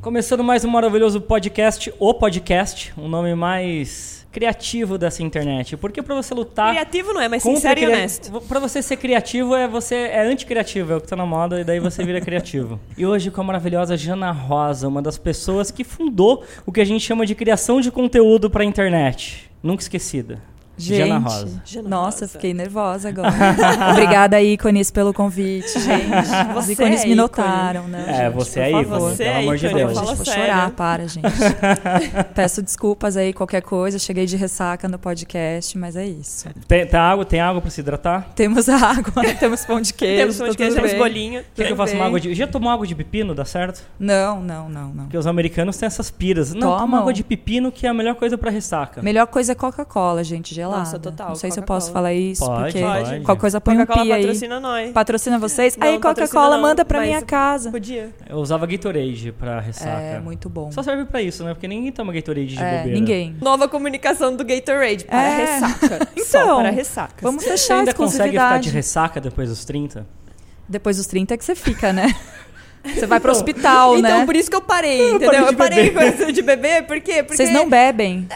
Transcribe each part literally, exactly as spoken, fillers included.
Começando mais um maravilhoso podcast, o podcast, um nome mais criativo dessa internet. Porque pra você lutar... Criativo não é, mas sincero e honesto. Pra você ser criativo, é você é anticriativo, é o que tá na moda, e daí você vira criativo. E hoje com a maravilhosa Jana Rosa, uma das pessoas que fundou o que a gente chama de criação de conteúdo pra internet. Nunca esquecida. Gente, Jana Rosa. Jana nossa, Rosa. Fiquei nervosa agora. Obrigada, ícones, pelo convite, gente. Os você ícones é me ícone. notaram, né? É, gente, você é ícone, você pelo é amor de ícone, Deus. Gente, vou sério. chorar, para, gente. Peço desculpas aí, qualquer coisa. Cheguei de ressaca no podcast, mas é isso. Tem, tem água? Tem água pra se hidratar? Temos água, temos pão de queijo. Temos pão de queijo, temos bolinho. Quer que eu faça uma água de... Já tomou água de pepino, dá certo? Não, não, não, não. Porque os americanos têm essas piras. Não, Tomam. toma água de pepino que é a melhor coisa pra ressaca. Melhor coisa é Coca-Cola, gente, gelada. Nossa, total, Não sei se eu Coca-Cola. posso falar isso, Pode, porque pode. qualquer coisa põe um Coca-Cola pi aí. patrocina nós. Patrocina vocês? Não, aí patrocina Coca-Cola não, manda pra mas minha casa. Podia. Eu usava Gatorade pra ressaca. É, muito bom. Só serve pra isso, né? Porque ninguém toma Gatorade de É, bobeira. ninguém. Nova comunicação do Gatorade para É. ressaca. Então, Só para ressacas. Vamos Você fechar a ainda consegue ficar de exclusividade. ressaca depois dos trinta? Depois dos trinta é que você fica, né? Você vai pro hospital, Então, né? por isso que eu parei, entendeu? parei de Eu parei beber. com isso de beber, por quê? Porque... Vocês não bebem?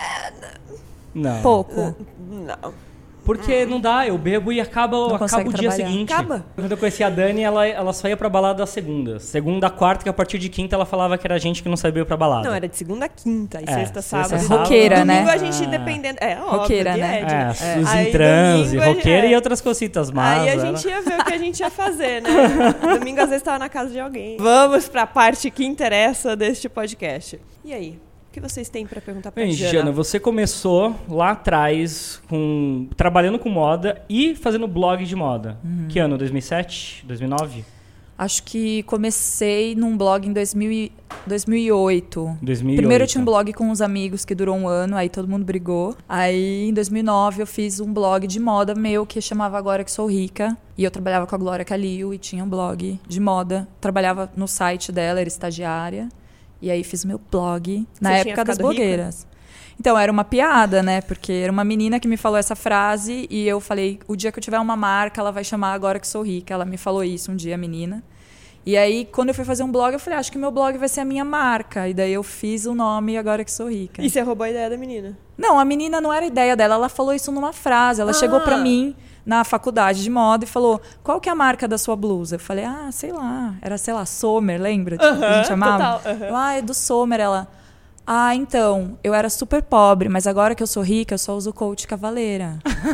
Não. Pouco. Não. Porque não dá, eu bebo e acaba, acaba consegue o dia trabalhar. seguinte. Acaba. Quando eu conheci a Dani, ela, ela só ia pra balada segunda. Segunda, quarta, que a partir de quinta ela falava que era gente que não sabia ir pra balada. Não, era de segunda a quinta, e É, sexta, sexta, sábado. e sábado. Roqueira, domingo né? a gente Ah. dependendo... É, óbvio, Roqueira, que né? é, É, gente. os Aí, em transe, domingo, a gente- roqueira é. e outras cositas más. Aí a era- gente ia ver o que a gente ia fazer, né? Domingo às vezes tava na casa de alguém. Vamos pra parte que interessa deste podcast. E aí? O que vocês têm pra perguntar pra Bem, Jana? Jana, você começou lá atrás com, trabalhando com moda e fazendo blog de moda. Que ano? dois mil e sete? dois mil e nove? Acho que comecei num blog em dois mil e- dois mil e oito. dois mil e oito. Primeiro eu tinha um blog com uns amigos que durou um ano, aí todo mundo brigou. Aí em dois mil e nove eu fiz um blog de moda meu que chamava Agora Que Sou Rica. E eu trabalhava com a Glória Calil e tinha um blog de moda. Trabalhava no site dela, era estagiária. E aí fiz o meu blog na Você tinha época das ficado rica? blogueiras. Então, era uma piada, né? Porque era uma menina que me falou essa frase e eu falei, o dia que eu tiver uma marca, ela vai chamar Agora Que Sou Rica. Ela me falou isso um dia, a menina. E aí, quando eu fui fazer um blog, eu falei, acho que meu blog vai ser a minha marca. E daí eu fiz o nome Agora Que Sou Rica. E você roubou a ideia da menina? Não, a menina não era ideia dela, ela falou isso numa frase. Ela Ah. chegou pra mim na faculdade de moda e falou, qual que é a marca da sua blusa? Eu falei, ah, sei lá. Era, sei lá, Sommer, lembra? Tipo, que a gente chamava? total, aham. Eu, ah, é do Sommer. Ela, ah, então, eu era super pobre, mas agora que eu sou rica, eu só uso Coach Cavaleira.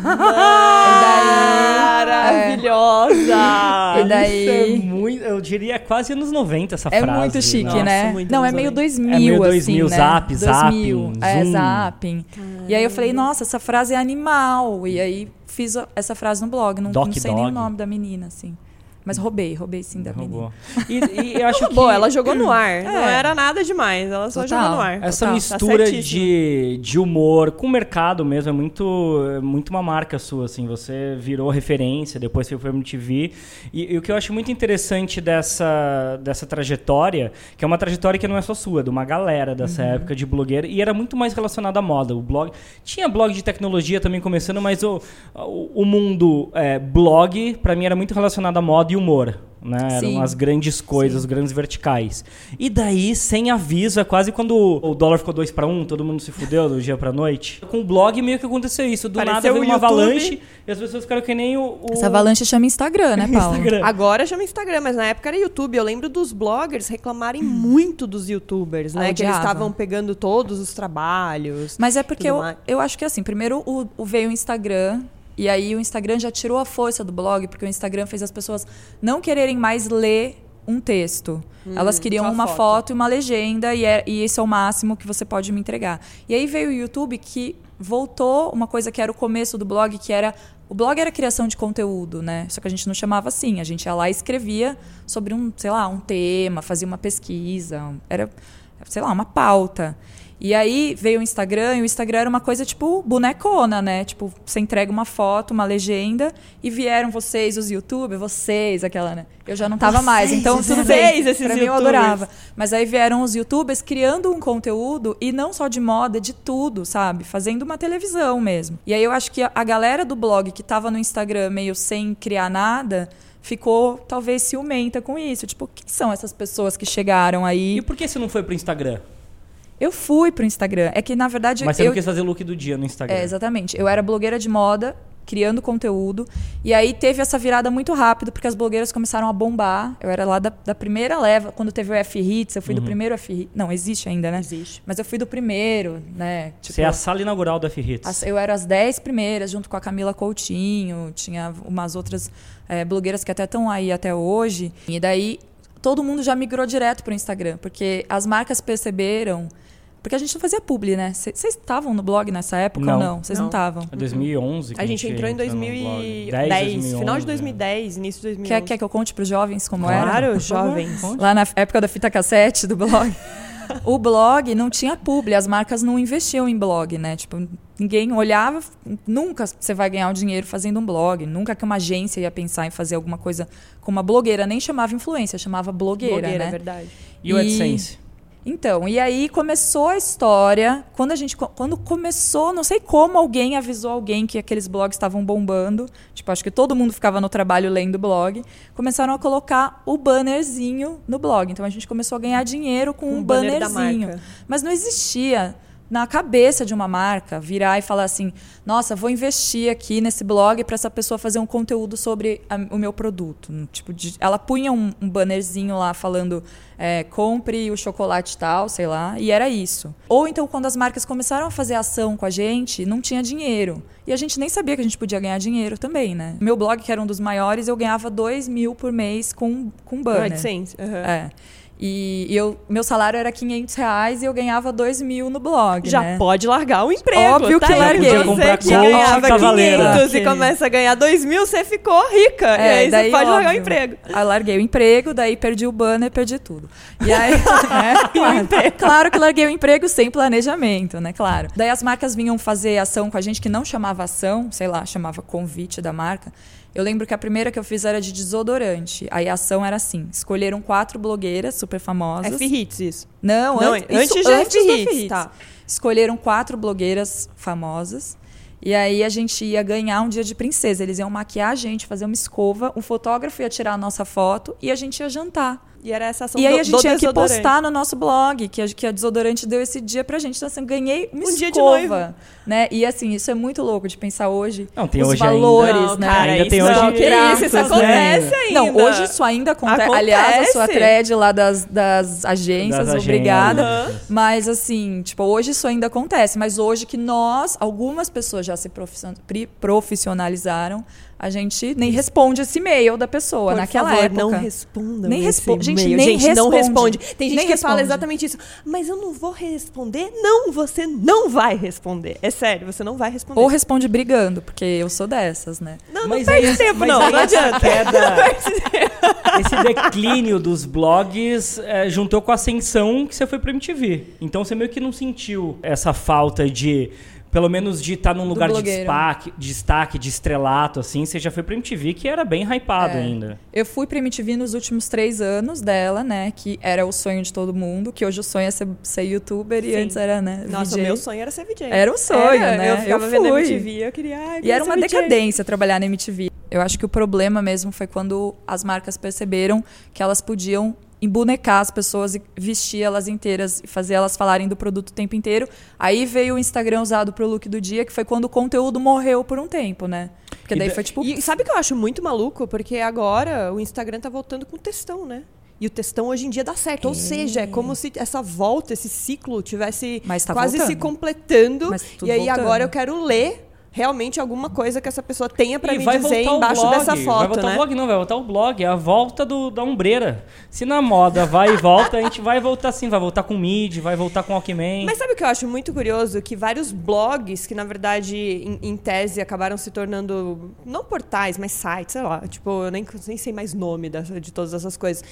Maravilhosa! E daí... Isso é muito, eu diria quase anos noventa essa É frase. muito chique, Nossa. né? muito Não, é anos meio noventa. dois mil, É meio assim, dois mil, né? Zap, dois mil, Zapping, é, Zoom. Zapping. E aí eu falei, nossa, essa frase é animal. E aí fiz a- essa frase no blog. Não, Doc não sei nem o Dog. nome da menina, assim. Mas roubei, roubei sim da menina. Roubou. E, e eu acho que Boa, ela jogou no ar. Não É. era nada demais, ela só Total. jogou no ar. essa Total, tá mistura certíssimo. de, de humor com o mercado mesmo é muito, é muito uma marca sua, assim. Você virou referência, depois foi para M T V. E, e o que eu acho muito interessante dessa, dessa trajetória, que é uma trajetória que não é só sua, é de uma galera dessa Uhum. época de blogueira, e era muito mais relacionado à moda. O blog tinha blog de tecnologia também começando, mas o, o, o mundo é, blog, para mim, era muito relacionado à moda e humor. Né? Eram Sim. as grandes coisas, os grandes verticais. E daí, sem aviso, é quase quando o dólar ficou dois para um, todo mundo se fudeu do dia pra noite. Com o blog meio que aconteceu isso. Do Apareceu nada veio o uma YouTube. avalanche e as pessoas ficaram que nem o... o... Essa avalanche chama Instagram, né, Paulo? Instagram. Agora chama Instagram, mas na época era YouTube. Eu lembro dos bloggers reclamarem muito dos youtubers, né? Eu Que eles odiava. estavam pegando todos os trabalhos. Mas é porque Tudo eu, mais. eu acho que assim, primeiro o, o veio o Instagram, e aí o Instagram já tirou a força do blog, porque o Instagram fez as pessoas não quererem mais ler um texto. Elas queriam só uma foto. foto. e uma legenda, e, é, e esse é o máximo que você pode me entregar. E aí veio o YouTube, que voltou uma coisa que era o começo do blog, que era... O blog era criação de conteúdo, né? Só que a gente não chamava assim. A gente ia lá e escrevia sobre um, sei lá, um tema, fazia uma pesquisa. um- Era, sei lá, uma pauta. E aí veio o Instagram, e o Instagram era uma coisa tipo bonecona, né? Tipo, você entrega uma foto, uma legenda, e vieram vocês, os youtubers, vocês, aquela, né? Eu já não tava Vocês, mais, então os tudo vocês, bem. esses Pra mim eu youtubers. adorava. Mas aí vieram os youtubers criando um conteúdo, e não só de moda, de tudo, sabe? Fazendo uma televisão mesmo. E aí eu acho que a, a galera do blog que tava no Instagram meio sem criar nada, ficou talvez ciumenta com isso. Tipo, quem são essas pessoas que chegaram aí? E por que você não foi pro Instagram? Eu fui pro Instagram. É que, na verdade... Mas você eu... não quis fazer look do dia no Instagram. É, exatamente. Eu era blogueira de moda, criando conteúdo. E aí teve essa virada muito rápido, porque as blogueiras começaram a bombar. Eu era lá da, da primeira leva, quando teve o F-Hits, eu fui uhum. do primeiro F-Hits. Não, existe ainda, né? Existe. Mas eu fui do primeiro, né? Tipo, você é a sala inaugural do F-Hits. Eu era as dez primeiras, junto com a Camila Coutinho. Tinha umas outras é, blogueiras que até estão aí até hoje. E daí, todo mundo já migrou direto pro Instagram, porque as marcas perceberam... Porque a gente não fazia publi, né? Vocês estavam no blog nessa época não. ou não? Vocês não estavam? É dois mil e onze que a gente entrou em dois mil e dez, dez, dois mil e onze, final de dois mil e dez, início de dois mil e onze. Quer, quer que eu conte para os jovens como claro, era? Claro, jovens. Lá na época da fita cassete do blog. O blog não tinha publi, as marcas não investiam em blog, né? Tipo, ninguém olhava, nunca você vai ganhar um dinheiro fazendo um blog, nunca que uma agência ia pensar em fazer alguma coisa com uma blogueira, nem chamava influência, chamava blogueira, blogueira, né? É verdade. E o AdSense? Então, e aí começou a história, quando a gente, quando começou, não sei como alguém avisou alguém que aqueles blogs estavam bombando, tipo, acho que todo mundo ficava no trabalho lendo blog, começaram a colocar o bannerzinho no blog. Então a gente começou a ganhar dinheiro com, com um banner bannerzinho. Da marca. Mas não existia na cabeça de uma marca virar e falar assim, nossa, vou investir aqui nesse blog para essa pessoa fazer um conteúdo sobre a, o meu produto. Tipo, de, ela punha um, um bannerzinho lá falando é, compre o chocolate tal, sei lá, e era isso. Ou então, quando as marcas começaram a fazer ação com a gente, não tinha dinheiro. E a gente nem sabia que a gente podia ganhar dinheiro também, né? Meu blog, que era um dos maiores, eu ganhava dois mil por mês com, com banner. AdSense. Uhum. É. E eu, meu salário era quinhentos reais e eu ganhava dois mil no blog, já né? pode largar o emprego. Óbvio tá que larguei. Você que ganhava quinhentos e começa a ganhar dois mil, você ficou rica. É, e aí daí, você pode óbvio, largar o emprego. Aí larguei o emprego, daí perdi o banner, perdi tudo. E aí, né, claro, claro que larguei o emprego sem planejamento, né? Claro. Daí as marcas vinham fazer ação com a gente que não chamava ação, sei lá, chamava convite da marca. Eu lembro que a primeira que eu fiz era de desodorante. Aí a ação era assim, escolheram quatro blogueiras super famosas. F-Hits, isso? Não, Não antes, antes isso, de antes F-Hits, tá. Escolheram quatro blogueiras famosas. E aí a gente ia ganhar um dia de princesa. Eles iam maquiar a gente, fazer uma escova, um fotógrafo ia tirar a nossa foto e a gente ia jantar. E era essa ação E aí do, a gente tinha que desodorante. postar no nosso blog que a, que a desodorante deu esse dia pra gente. Então, assim, eu ganhei uma um escova, dia de noiva. Né? E assim, isso é muito louco de pensar hoje. Não, tem os hoje valores, ainda. Não, né? cara, ainda tem não, hoje. Que isso, isso acontece ainda. Não, hoje isso ainda acontece. acontece. Aliás, a sua thread lá das, das agências, das obrigada. Agências. Mas assim, tipo, hoje isso ainda acontece. Mas hoje que nós, algumas pessoas já se profissionalizaram, a gente nem responde esse e-mail da pessoa Por naquela favor, época. não respondam nem esse respo gente, e-mail. nem gente, responde. não responde. Tem gente nem que responde. fala exatamente isso. Mas eu não vou responder. Não, você não vai responder. É sério, você não vai responder. Ou responde brigando, porque eu sou dessas, né? Não, não mas perde aí, tempo, mas não. aí Não essa adianta. queda, esse declínio dos blogs é, juntou com a ascensão que você foi pra M T V. Então você meio que não sentiu essa falta de... Pelo menos de estar num lugar de destaque, de destaque, de estrelato, assim, você já foi pra M T V, que era bem hypado é. ainda. Eu fui pra M T V nos últimos três anos dela, né? Que era o sonho de todo mundo, que hoje o sonho é ser, ser youtuber e Sim. antes era, né? Nossa, V J. o meu sonho era ser V J. Era um sonho, era, né? Eu ficava eu vendo fui. M T V, eu queria... Ah, eu E queria era ser uma V J. decadência trabalhar na M T V. Eu acho que o problema mesmo foi quando as marcas perceberam que elas podiam embonecar as pessoas e vestir elas inteiras e fazer elas falarem do produto o tempo inteiro. Aí veio o Instagram usado pro look do dia, que foi quando o conteúdo morreu por um tempo, né? Porque daí E foi tipo... E sabe o que eu acho muito maluco? Porque agora o Instagram tá voltando com textão, né? E o textão hoje em dia dá certo. É. Ou seja, é como se essa volta, esse ciclo tivesse Mas tá quase voltando. se completando. Mas tudo E aí voltando. agora eu quero ler realmente alguma coisa que essa pessoa tenha pra E me vai dizer voltar o embaixo blog, dessa vai foto, voltar né? o blog não, vai voltar o blog, é a volta do, da ombreira. Se na moda vai e volta, a gente vai voltar sim, vai voltar com mid, vai voltar com Walkman. Mas sabe o que eu acho muito curioso? Que vários blogs, que na verdade, em, em tese, acabaram se tornando, não portais, mas sites, sei lá. Tipo, eu nem, nem sei mais nome dessa, de todas essas coisas.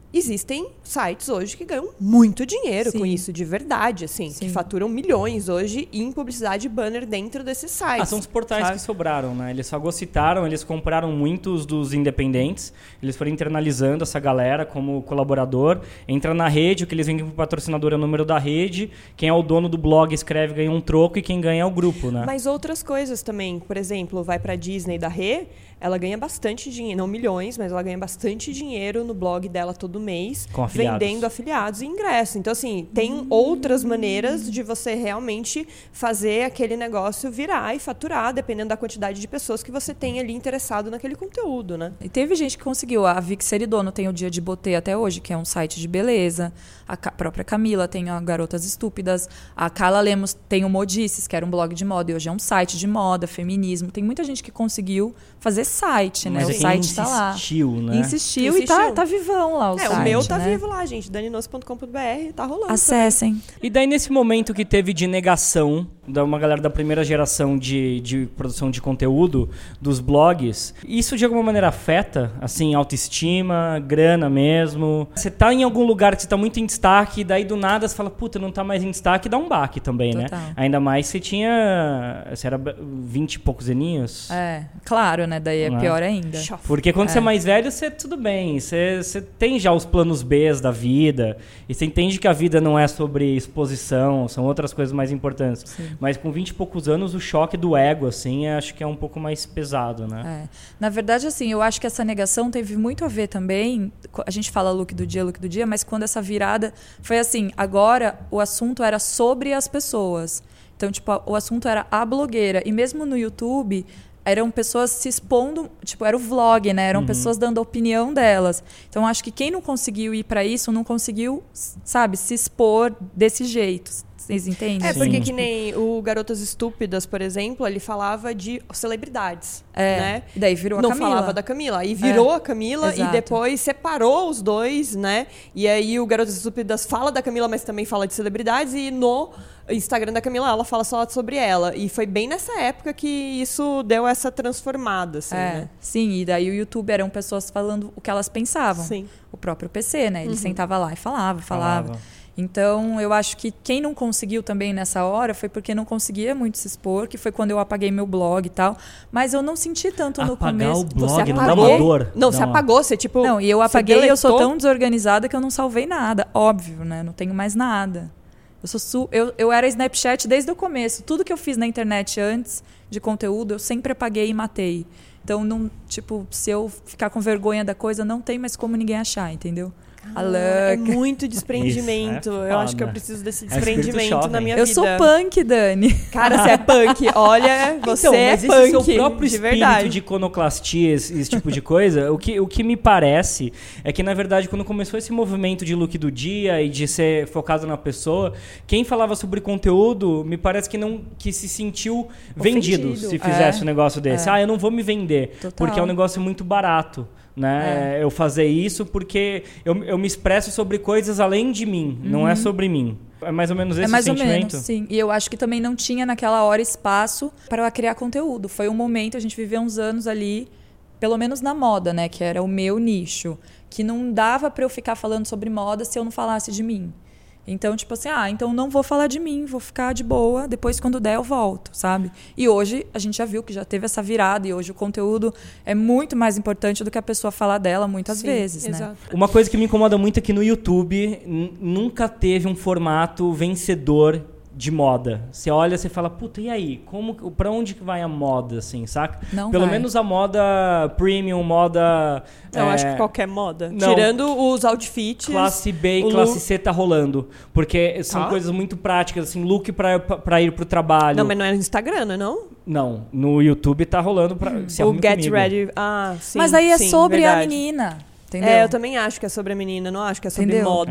existem sites hoje que ganham muito dinheiro Sim. com isso, de verdade, assim, Sim. que faturam milhões hoje em publicidade banner dentro desses sites. Ah, são os portais sabe? que sobraram, né? Eles fagocitaram, eles compraram muitos dos independentes, eles foram internalizando essa galera como colaborador, entra na rede, o que eles vendem pro patrocinador é o número da rede, quem é o dono do blog escreve, ganha um troco, e quem ganha é o grupo, né? Mas outras coisas também, por exemplo, vai pra Disney da Rê, ela ganha bastante dinheiro, não milhões, mas ela ganha bastante dinheiro no blog dela todo mês, Com afiliados. vendendo afiliados e ingressos. Então, assim, tem hum. outras maneiras de você realmente fazer aquele negócio virar e faturar, dependendo da quantidade de pessoas que você tem ali interessado naquele conteúdo, né? E teve gente que conseguiu. A Vic Seridono tem o Dia de Botê até hoje, que é um site de beleza. A Ca- própria Camila tem a Garotas Estúpidas. A Carla Lemos tem o Modices, que era um blog de moda, e hoje é um site de moda, feminismo. Tem muita gente que conseguiu fazer site, né? Mas o é quem site tá lá. insistiu, né? Insistiu, Insistiu. e tá, tá vivão lá o é, site, o meu tá né? vivo lá, gente. daninos ponto com ponto b r, tá rolando. Acessem. E daí, nesse momento que teve de negação da uma galera da primeira geração de, de produção de conteúdo, dos blogs, isso de alguma maneira afeta, assim, autoestima, grana mesmo? Você tá em algum lugar que você tá muito em destaque, e daí do nada você fala, puta, não tá mais em destaque, dá um baque também, Total. né? Ainda mais se tinha, você era vinte e poucos aninhos. É, claro, né? Daí é Não é? pior ainda. Porque quando É. você é mais velho, você tudo bem. Você, você tem já os planos B da vida. E você entende que a vida não é sobre exposição, são outras coisas mais importantes. Sim. Mas com vinte e poucos anos, o choque do ego, assim, acho que é um pouco mais pesado, né? É. Na verdade, assim, eu acho que essa negação teve muito a ver também. A gente fala look do dia, look do dia, mas quando essa virada foi assim, agora o assunto era sobre as pessoas. Então, tipo, o assunto era a blogueira. E mesmo no YouTube, eram pessoas se expondo, tipo, era o vlog, né? Eram Uhum. pessoas dando a opinião delas. Então, acho que quem não conseguiu ir para isso, não conseguiu, sabe, se expor desse jeito. Vocês entendem? É, Sim. porque que nem o Garotas Estúpidas, por exemplo, ele falava de celebridades, É, né? e daí virou a Não Camila. falava da Camila. Aí virou É, a Camila exato. e depois separou os dois, né? E aí o Garotas Estúpidas fala da Camila, mas também fala de celebridades. E no Instagram da Camila, ela fala só sobre ela. E foi bem nessa época que isso deu essa transformada, assim, É, né? sim, e daí o YouTube eram pessoas falando o que elas pensavam. Sim. O próprio P C, né? Ele Uhum. sentava lá e falava, falava. Falava. Então, eu acho que quem não conseguiu também nessa hora foi porque não conseguia muito se expor, que foi quando eu apaguei meu blog e tal. Mas eu não senti tanto no Apagar começo. o blog Você não dá apagou? uma dor. Não, Dá você uma- apagou, você tipo... Não, e eu você apaguei e eu sou deletou? tão desorganizada que eu não salvei nada. Óbvio, né? Não tenho mais nada. Eu, sou su... eu, eu era Snapchat desde o começo. Tudo que eu fiz na internet antes de conteúdo, eu sempre apaguei e matei. Então, não, tipo, se eu ficar com vergonha da coisa, não tem mais como ninguém achar, entendeu? A É louca. muito desprendimento. Isso, é eu acho que eu foda. preciso desse É espírito desprendimento jovem. na minha Eu vida. sou punk, Dani. Cara, você é punk. Olha, você então, é mas punk. esse seu próprio de espírito verdade. de iconoclastia, esse, esse tipo de coisa, o que, o que me parece é que, na verdade, quando começou esse movimento de look do dia e de ser focado na pessoa, quem falava sobre conteúdo, me parece que não que se sentiu vendido Ofendido. se fizesse É. um negócio desse. É. Ah, eu não vou me vender, Total. porque é um negócio muito barato. Né? Eu fazer isso porque eu, eu me expresso sobre coisas além de mim, não é sobre mim. É mais ou menos esse É mais ou sentimento? menos, sim. E eu acho que também não tinha naquela hora espaço para criar conteúdo. Foi um momento, a gente viveu uns anos ali, pelo menos na moda, né? Que era o meu nicho. Que não dava para eu ficar falando sobre moda se eu não falasse de mim. Então, tipo assim, ah, então não vou falar de mim, vou ficar de boa, depois quando der eu volto, sabe? E hoje a gente já viu que já teve essa virada e hoje o conteúdo é muito mais importante do que a pessoa falar dela muitas Sim, vezes, né? exato. Uma coisa que me incomoda muito é que no YouTube n- nunca teve um formato vencedor de moda. Você olha, você fala, puta, e aí? Como, pra onde que vai a moda, assim, saca? Não Pelo vai. menos a moda premium, moda... Eu é, acho que qualquer moda. não. Tirando os outfits. Classe B e o classe look- C tá rolando. Porque são Tá. coisas muito práticas, assim, look pra, pra, pra ir pro trabalho. Não, mas não é no Instagram, não é não? Não, no YouTube tá rolando pra... se o arrume Get comigo. Ready. Ah, sim. Mas aí é sim, sobre verdade. a menina, entendeu? É, eu também acho que é sobre a menina, não acho que é sobre Entendeu? moda.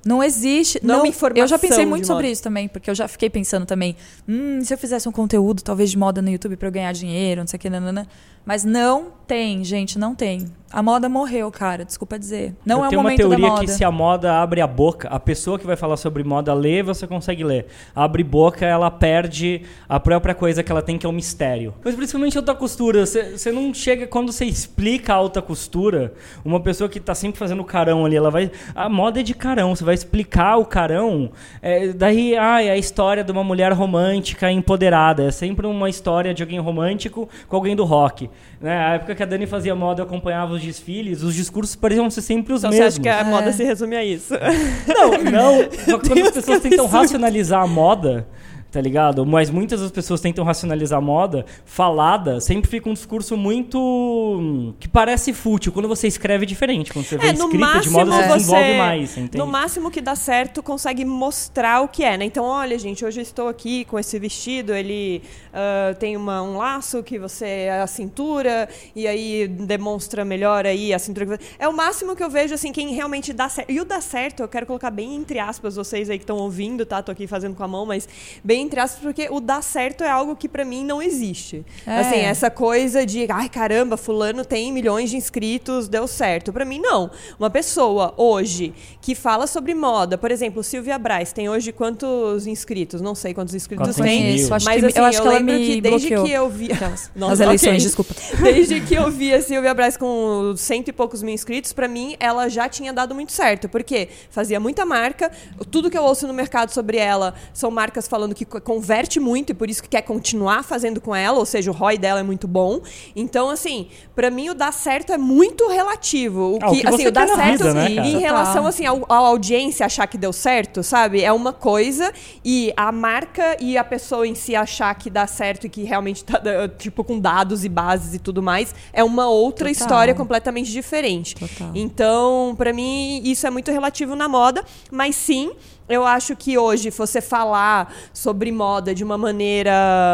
Não existe. Não, Não, uma informação eu já pensei muito de sobre moda. isso também, porque eu já fiquei pensando também, hum, se eu fizesse um conteúdo talvez de moda no YouTube pra eu ganhar dinheiro, não sei o que, nanana. Mas não tem, gente, não tem. A moda morreu, cara, desculpa dizer. Não eu é o tenho momento da moda. uma teoria que se a moda abre a boca, a pessoa que vai falar sobre moda lê, você consegue ler. Abre boca, ela perde a própria coisa que ela tem, que é o mistério. Mas principalmente alta costura, você não chega, quando você explica a alta costura, uma pessoa que tá sempre fazendo carão ali, ela vai... A moda é de carão, você vai explicar o carão, é, daí, ah, é a história de uma mulher romântica empoderada, é sempre uma história de alguém romântico com alguém do rock. Né? A época que a Dani fazia moda, eu acompanhava os desfiles, os discursos pareciam ser sempre os então mesmos. Você acha que a É. moda se resume a isso? Não, não. Só que quando Deus, as pessoas que tentam absurdo. racionalizar a moda, tá ligado? Mas muitas das pessoas tentam racionalizar a moda, falada, sempre fica um discurso muito... hum, que parece fútil. Quando você escreve é diferente. Quando você vê É, no escrita de máximo moda, você você, desenvolve mais, entende? no máximo que dá certo, consegue mostrar o que é, né? Então, olha, gente, hoje eu estou aqui com esse vestido, ele uh, tem uma, um laço que você a cintura e aí demonstra melhor aí a cintura. Que você... É o máximo que eu vejo, assim, quem realmente dá certo. E o dá certo, eu quero colocar bem entre aspas, vocês aí que estão ouvindo, tá? Tô aqui fazendo com a mão, mas bem entre aspas, porque o dar certo é algo que pra mim não existe. É. Assim, essa coisa de, ai, caramba, fulano tem milhões de inscritos, deu certo. Pra mim, não. Uma pessoa, hoje, que fala sobre moda, por exemplo, Silvia Braz, tem hoje quantos inscritos? Não sei quantos inscritos quatrocentos tem. mil. Isso, acho Mas, que, assim, eu acho eu que ela lembro me que desde bloqueou. que eu vi... Aquelas- Nossa, Nas eleições, ok. desculpa. Desde que eu vi a Silvia Braz com cento e poucos mil inscritos, pra mim, ela já tinha dado muito certo. Porque fazia muita marca, tudo que eu ouço no mercado sobre ela são marcas falando que co- converte muito e por isso que quer continuar fazendo com ela, ou seja, o R O I dela é muito bom. Então, assim, pra mim o dar certo é muito relativo. O Ah, o que, que assim, você o dar quer na certo vida, né, em cara? relação assim ao, à audiência achar que deu certo, sabe? É uma coisa e a marca e a pessoa em si achar que dá certo e que realmente tá tipo com dados e bases e tudo mais é uma outra Total. história completamente diferente. Total. Então, pra mim isso é muito relativo na moda, mas sim, eu acho que hoje você falar sobre moda de uma maneira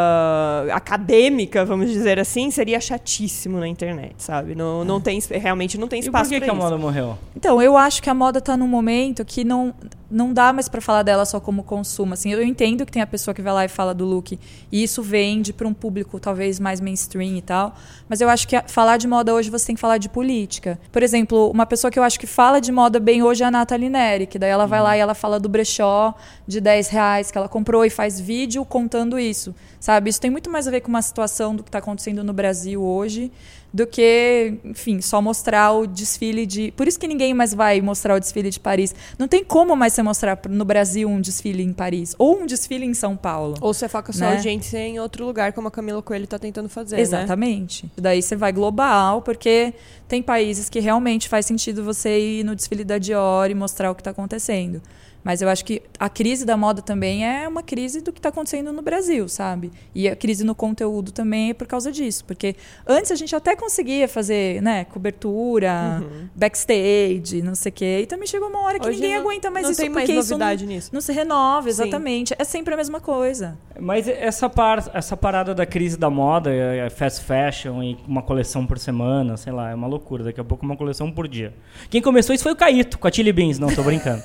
acadêmica, vamos dizer assim, seria chatíssimo na internet, sabe? Não, não tem, realmente não tem E por espaço que, pra que a isso. moda morreu? Então, eu acho que a moda tá num momento que não, não dá mais pra falar dela só como consumo. Assim, eu entendo que tem a pessoa que vai lá e fala do look e isso vende pra um público talvez mais mainstream e tal, mas eu acho que a, falar de moda hoje você tem que falar de política. Por exemplo, uma pessoa que eu acho que fala de moda bem hoje é a Nathalie Neri, que daí ela vai lá e ela fala do brechó de dez reais que ela comprou e faz vídeo contando isso, sabe? Isso tem muito mais a ver com uma situação do que está acontecendo no Brasil hoje do que, enfim, só mostrar o desfile de... Por isso que ninguém mais vai mostrar o desfile de Paris. Não tem como mais você mostrar no Brasil um desfile em Paris ou um desfile em São Paulo. Ou você foca sua né? audiência em outro lugar, como a Camila Coelho tá tentando fazer, Exatamente. Daí você vai global, porque tem países que realmente faz sentido você ir no desfile da Dior e mostrar o que está acontecendo. Mas eu acho que a crise da moda também é uma crise do que está acontecendo no Brasil, sabe? E a crise no conteúdo também é por causa disso. Porque antes a gente até conseguia fazer, né, cobertura, Uhum. backstage, não sei o quê. E também chegou uma hora que Hoje ninguém não- aguenta mais não isso. tem mais porque isso novidade não, nisso. não se renova, Sim. exatamente. É sempre a mesma coisa. Mas essa, par, essa parada da crise da moda, é é fast fashion e uma coleção por semana, sei lá, é uma loucura. Daqui a pouco uma coleção por dia. Quem começou isso foi o Caíto, com a Chili Beans. Não, tô brincando.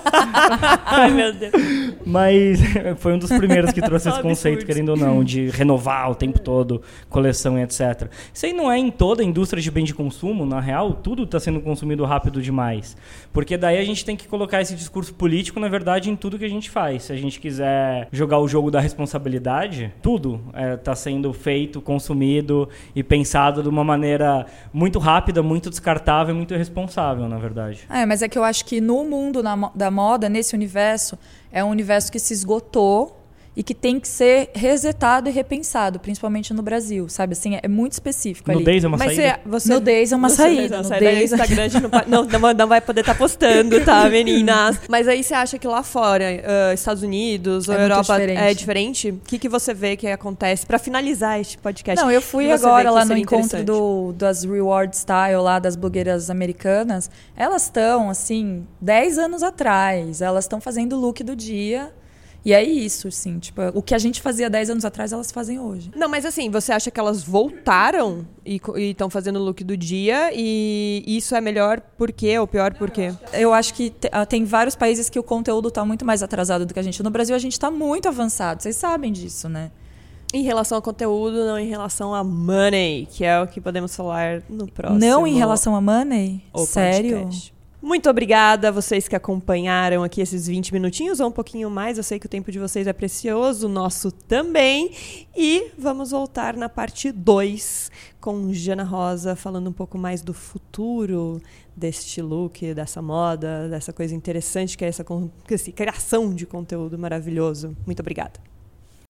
Ai, meu Deus. Mas foi um dos primeiros que trouxe esse Absurdo. conceito, querendo ou não, de renovar o tempo todo, coleção e etcétera. Isso aí não é em toda a indústria de bem de consumo, na real, tudo está sendo consumido rápido demais. Porque daí a gente tem que colocar esse discurso político, na verdade, em tudo que a gente faz. Se a gente quiser jogar o jogo da responsabilidade, tudo está sendo feito, consumido e pensado de uma maneira muito rápida, muito descartável e muito irresponsável, na verdade. É, mas é que eu acho que no mundo na mo- da moda, nesse universo, é um universo que se esgotou e que tem que ser resetado e repensado, principalmente no Brasil, sabe? Assim, é, é muito específico ali. Nudez é uma Mas saída? você, você... Nudez é uma você- saída, Não, sai daí, nudez- o Instagram a gente não, pa- não, não, não vai poder estar postando, tá, meninas? Mas aí você acha que lá fora, ah, Estados Unidos ou É muito Europa, diferente. é diferente? O que, que você vê que acontece? Pra finalizar este podcast. Não, eu fui o que você vê agora que lá no seria encontro interessante? do, das Reward Style, lá das blogueiras americanas. Elas estão, assim, dez anos atrás. Elas estão fazendo o look do dia E é isso, assim, tipo, o que a gente fazia dez anos atrás, elas fazem hoje. Não, mas assim, você acha que elas voltaram e estão fazendo o look do dia e isso é melhor por quê ou pior por quê? Eu acho que te, tem vários países que o conteúdo tá muito mais atrasado do que a gente. No Brasil, a gente tá muito avançado, vocês sabem disso, né? Em relação ao conteúdo, não em relação a money, que é o que podemos falar no próximo. Não em relação a money? O Sério? podcast. Muito obrigada a vocês que acompanharam aqui esses vinte minutinhos ou um pouquinho mais. Eu sei que o tempo de vocês é precioso, o nosso também. E vamos voltar na parte dois com Jana Rosa falando um pouco mais do futuro deste look, dessa moda, dessa coisa interessante que é essa, essa criação de conteúdo maravilhoso. Muito obrigada.